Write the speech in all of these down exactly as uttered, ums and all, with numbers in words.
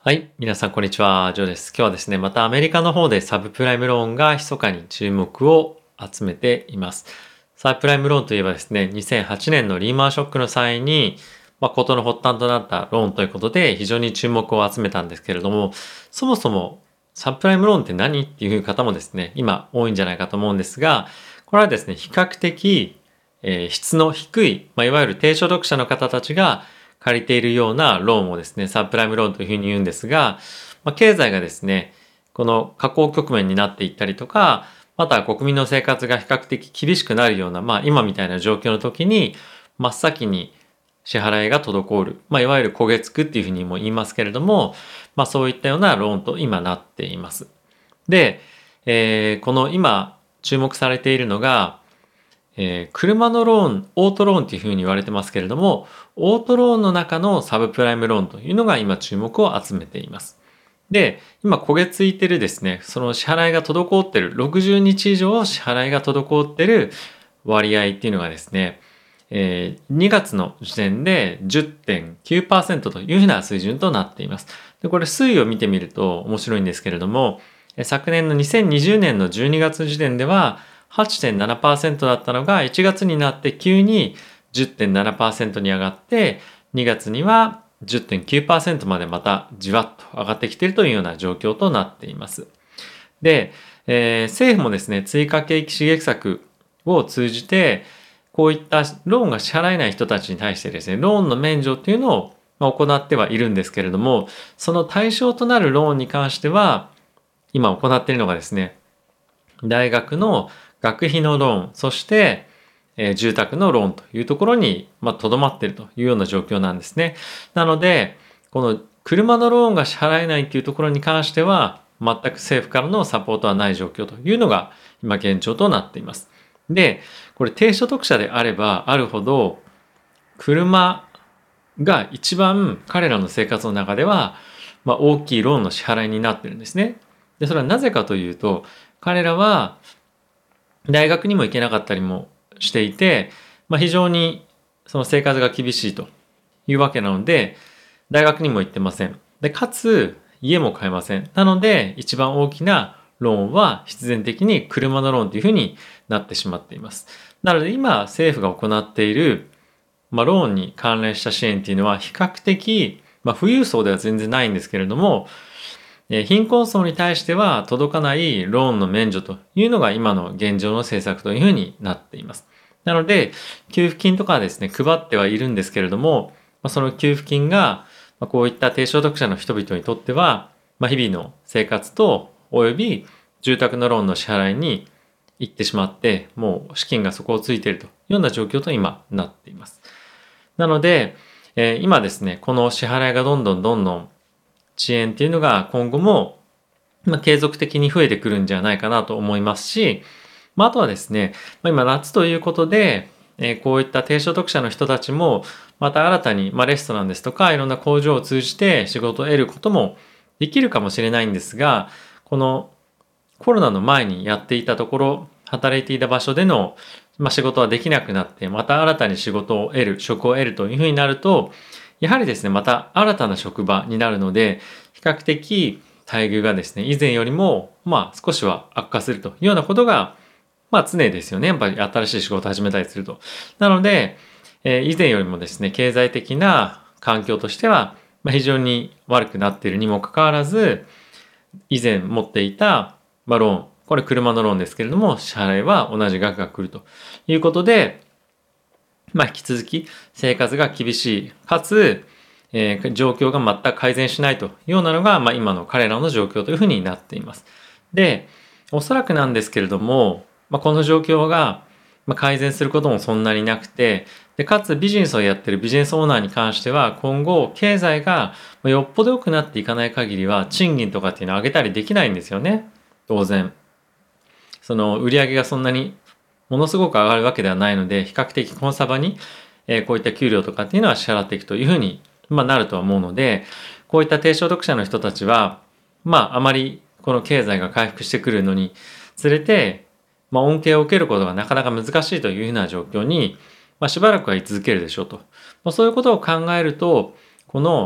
はい。皆さん、こんにちは。ジョーです。今日はですね、またアメリカの方でサブプライムローンが密かに注目を集めています。サブプライムローンといえばですね、にせんはちねんのリーマンショックの際に、まあ、事の発端となったローンということで非常に注目を集めたんですけれども、そもそもサブプライムローンって何っていう方もですね、今多いんじゃないかと思うんですが、これはですね、比較的、えー質の低い、まあ、いわゆる低所得者の方たちが借りているようなローンをですね、サブプライムローンというふうに言うんですが、まあ、経済がですね、この下降局面になっていったりとか、また国民の生活が比較的厳しくなるような、まあ今みたいな状況の時に、真っ先に支払いが滞る。まあいわゆる焦げつくっていうふうにも言いますけれども、まあそういったようなローンと今なっています。で、えーこの今注目されているのが、えー車のローン、オートローンっていうふうに言われてますけれども、オートローンの中のサブプライムローンというのが今注目を集めています。で、今焦げついてるですね、その支払いが滞ってる、ろくじゅうにち以上支払いが滞ってる割合っていうのがですね、えーにがつの時点でじゅってんきゅうパーセントというふうな水準となっています。で、これ推移を見てみると面白いんですけれども、え昨年のにせんにじゅうねんのじゅうにがつ時点でははちてんななパーセントだったのがいちがつになって急にじゅってんななパーセントに上がって、にがつにはじゅってんきゅうパーセントまでまたじわっと上がってきているというような状況となっています。で、えー政府もですね、追加景気刺激策を通じて、こういったローンが支払えない人たちに対してですね、ローンの免除っていうのをまあ行ってはいるんですけれども、その対象となるローンに関しては、今行っているのがですね、大学の学費のローン、そして、えー住宅のローンというところに、まあ、とどまっているというような状況なんですね。なので、この車のローンが支払えないというところに関しては、全く政府からのサポートはない状況というのが今現状となっています。で、これ低所得者であればあるほど、車が一番彼らの生活の中では、まあ、大きいローンの支払いになってるんですね。で、それはなぜかというと、彼らは大学にも行けなかったりもしていて、まあ、非常にその生活が厳しいというわけなので、大学にも行ってません。で、かつ、家も買えません。なので、一番大きなローンは必然的に車のローンというふうになってしまっています。なので、今、政府が行っている、まあ、ローンに関連した支援っていうのは、比較的、まあ、富裕層では全然ないんですけれども、えー貧困層に対しては届かないローンの免除というのが今の現状の政策というふうになっています。なので、給付金とかはですね、配ってはいるんですけれども、まあ、その給付金が、まあ、こういった低所得者の人々にとっては、まあ、日々の生活と、および住宅のローンの支払いに行ってしまって、もう資金が底をついているというような状況と今なっています。なので、えー今ですね、この支払いがどんどんどんどん遅延っていうのが今後も、まあ、継続的に増えてくるんじゃないかなと思いますし、まあ、あとはですね、まあ、今夏ということで、えーこういった低所得者の人たちも、また新たに、まあ、レストランですとか、いろんな工場を通じて仕事を得ることもできるかもしれないんですが、このコロナの前にやっていたところ、働いていた場所での、まあ、仕事はできなくなって、また新たに仕事を得る、職を得るというふうになると、やはりですね、また新たな職場になるので、比較的待遇がですね、以前よりも、まあ少しは悪化するというようなことが、まあ常ですよね。やっぱり新しい仕事を始めたりすると。なので、えー以前よりもですね、経済的な環境としては、まあ、非常に悪くなっているにもかかわらず、以前持っていた、まあ、ローン、これ車のローンですけれども、支払いは同じ額が来るということで、まあ、引き続き生活が厳しい、かつ、えー状況が全く改善しないというようなのが、まあ、今の彼らの状況というふうになっています。で、おそらくなんですけれども、まあ、この状況がまあ改善することもそんなになくて、で、かつビジネスをやっているビジネスオーナーに関しては、今後、経済がよっぽど良くなっていかない限りは、賃金とかっていうのを上げたりできないんですよね。当然。その売り上げがそんなにものすごく上がるわけではないので、比較的コンサバに、えーこういった給料とかっていうのは支払っていくというふうに、まあ、なるとは思うので、こういった低所得者の人たちは、まあ、あまりこの経済が回復してくるのにつれて、まあ、恩恵を受けることがなかなか難しいというふうな状況に、まあ、しばらくは居続けるでしょうと。まあ、そういうことを考えると、この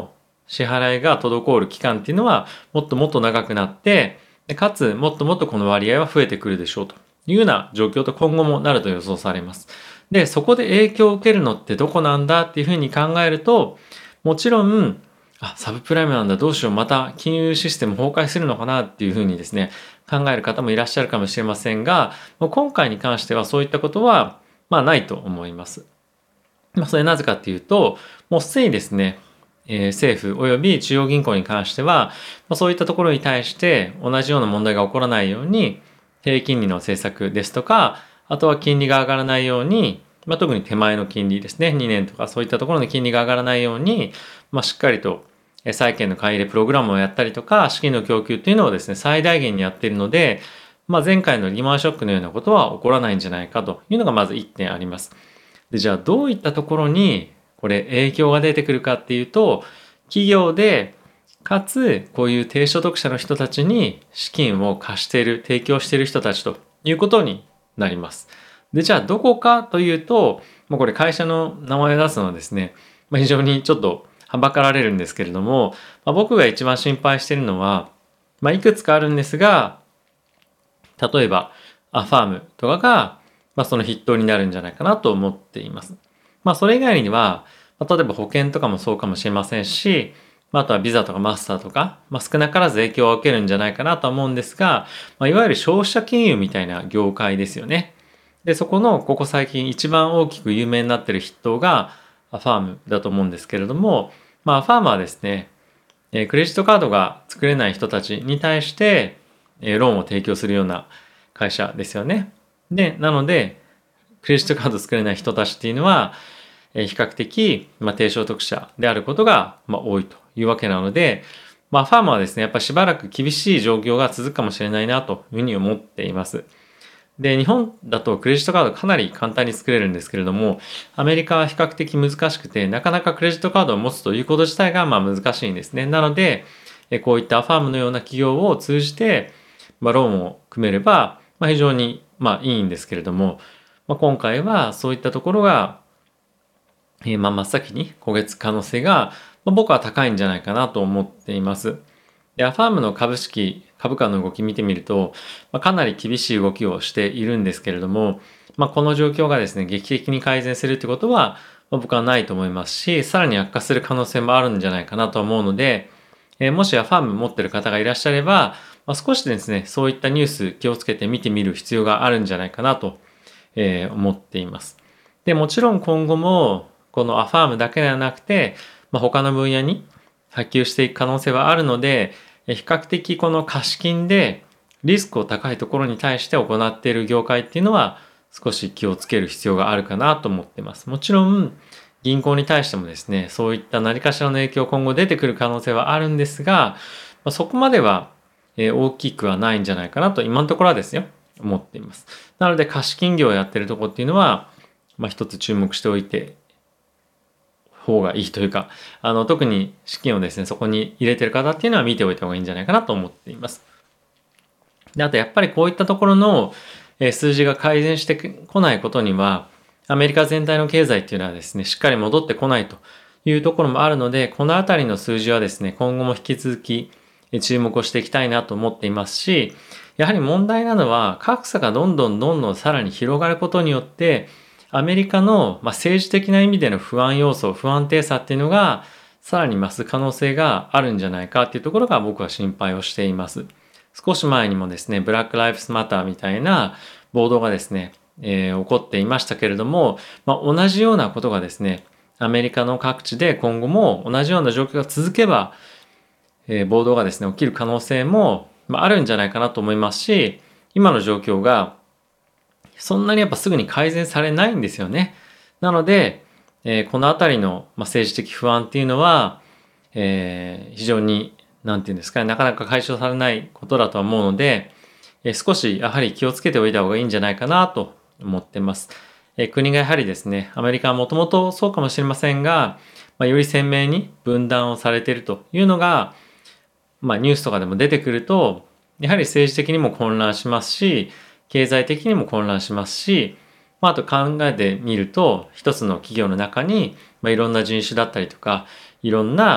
支払いが滞る期間っていうのはもっともっと長くなって、かつもっともっとこの割合は増えてくるでしょうというような状況と今後もなると予想されます。で、そこで影響を受けるのってどこなんだっていうふうに考えると、もちろん、あ、サブプライムなんだ、どうしよう、また金融システム崩壊するのかなっていうふうにですね、考える方もいらっしゃるかもしれませんが、もう今回に関してはそういったことは、まあないと思います。まあそれなぜかっていうと、もうすでにですね、えー政府および中央銀行に関しては、まあ、そういったところに対して同じような問題が起こらないように、低金利の政策ですとか、あとは金利が上がらないように、まあ、特に手前の金利ですね、にねんとかそういったところの金利が上がらないように、まあ、しっかりと債券の買い入れプログラムをやったりとか、資金の供給っていうのをですね、最大限にやっているので、まあ、前回のリーマンショックのようなことは起こらないんじゃないかというのがまずいってんあります。で、じゃあどういったところにこれ影響が出てくるかっていうと、企業でかつこういう低所得者の人たちに資金を貸している、提供している人たちということになります。で、じゃあどこかというと、もうこれ会社の名前を出すのはですね、まあ、非常にちょっとはばかられるんですけれども、まあ、僕が一番心配しているのは、まあ、いくつかあるんですが、例えばアファームとかが、まあ、その筆頭になるんじゃないかなと思っています。まあ、それ以外には、まあ、例えば保険とかもそうかもしれませんし、まあ、あとはビザとかマスターとか、まあ、少なからず影響を受けるんじゃないかなと思うんですが、まあ、いわゆる消費者金融みたいな業界ですよね。で、そこのここ最近一番大きく有名になっている筆頭がアファームだと思うんですけれども、まあ、アファームはですね、えークレジットカードが作れない人たちに対して、えーローンを提供するような会社ですよね。で、なので、クレジットカード作れない人たちっていうのは、えー比較的、まあ、低所得者であることが、まあ、多いというわけなので、まあ、ファームはですね、やっぱりしばらく厳しい状況が続くかもしれないなというふうに思っています。で、日本だとクレジットカードかなり簡単に作れるんですけれども、アメリカは比較的難しくて、なかなかクレジットカードを持つということ自体がまあ難しいんですね。なので、えこういったアファームのような企業を通じて、まあ、ローンを組めれば、まあ、非常にまあいいんですけれども、まあ、今回はそういったところが、えーまあ真っ先に焦げつ可能性が、まあ、僕は高いんじゃないかなと思っています。で、アファームの株式、株価の動き見てみると、まあ、かなり厳しい動きをしているんですけれども、まあ、この状況がですね、劇的に改善するということは、まあ、僕はないと思いますし、さらに悪化する可能性もあるんじゃないかなと思うので、えーもしアファーム持ってる方がいらっしゃれば、まあ、少しですね、そういったニュース気をつけて見てみる必要があるんじゃないかなと、えー思っています。で、もちろん今後も、このアファームだけではなくて、まあ、他の分野に波及していく可能性はあるので、比較的この貸金でリスクを高いところに対して行っている業界っていうのは少し気をつける必要があるかなと思っています。もちろん銀行に対してもですね、そういった何かしらの影響今後出てくる可能性はあるんですが、そこまでは大きくはないんじゃないかなと今のところはですよ、思っています。なので貸金業をやってるところっていうのは、まあ、一つ注目しておいて方がいいというか、あの、特に資金をですね、そこに入れてる方っていうのは見ておいた方がいいんじゃないかなと思っています。で、あとやっぱりこういったところのえ数字が改善してこないことには、アメリカ全体の経済っていうのはですね、しっかり戻ってこないというところもあるので、このあたりの数字はですね、今後も引き続き注目をしていきたいなと思っていますし、やはり問題なのは格差がどんどんどんどんさらに広がることによって、アメリカの、まあ、政治的な意味での不安要素、不安定さっていうのがさらに増す可能性があるんじゃないかっていうところが僕は心配をしています。少し前にもですね、ブラックライフスマターみたいな暴動がですね、えー起こっていましたけれども、まあ、同じようなことがですね、アメリカの各地で今後も同じような状況が続けば、えー暴動がですね、起きる可能性も、まあ、あるんじゃないかなと思いますし、今の状況がそんなにやっぱすぐに改善されないんですよね。なので、えーこのあたりの、まあ、政治的不安っていうのは、えー非常に、なんていうんですかね、なかなか解消されないことだとは思うので、えー少しやはり気をつけておいた方がいいんじゃないかなと思ってます。えー国がやはりですね、アメリカはもともとそうかもしれませんが、まあ、より鮮明に分断をされているというのが、まあ、ニュースとかでも出てくると、やはり政治的にも混乱しますし、経済的にも混乱しますし、まあ、あと考えてみると、一つの企業の中に、まあ、いろんな人種だったりとか、いろんな、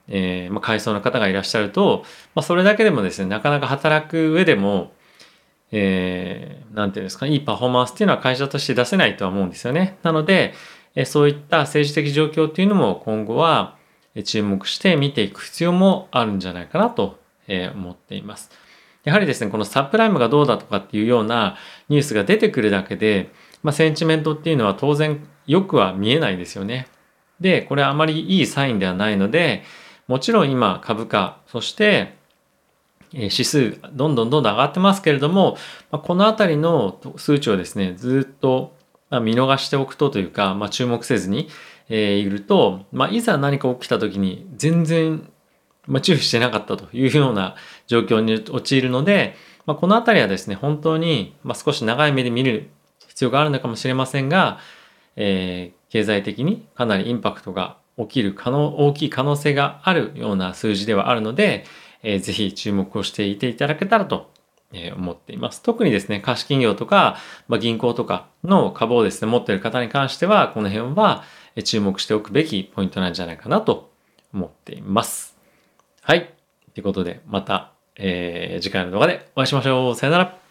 えーまあ、買いそうな方がいらっしゃると、まあ、それだけでもですね、なかなか働く上でも、えー、なんていうんですか、いいパフォーマンスっていうのは会社として出せないとは思うんですよね。なので、えーそういった政治的状況っていうのも今後はえー注目して見ていく必要もあるんじゃないかなとえー思っています。やはりですね、このサプライムがどうだとかっていうようなニュースが出てくるだけで、まあ、センチメントっていうのは当然よくは見えないですよね。で、これはあまりいいサインではないので、もちろん今株価、そしてえー指数どんどんどんどん上がってますけれども、まあ、このあたりの数値をですね、ずっとまあ見逃しておくとというか、まあ、注目せずにえーいると、まあ、いざ何か起きた時に全然まあ注意してなかったというような状況に陥るので、まあ、このあたりはですね、本当にまあ少し長い目で見る必要があるのかもしれませんが、えー経済的にかなりインパクトが起きる可能、大きい可能性があるような数字ではあるので、えーぜひ注目をしていていただけたらとえー思っています。特にですね、貸金業とか、まあ、銀行とかの株をですね、持っている方に関しては、この辺はえー注目しておくべきポイントなんじゃないかなと思っています。はい。ということで、また、えー次回の動画でお会いしましょう。さよなら。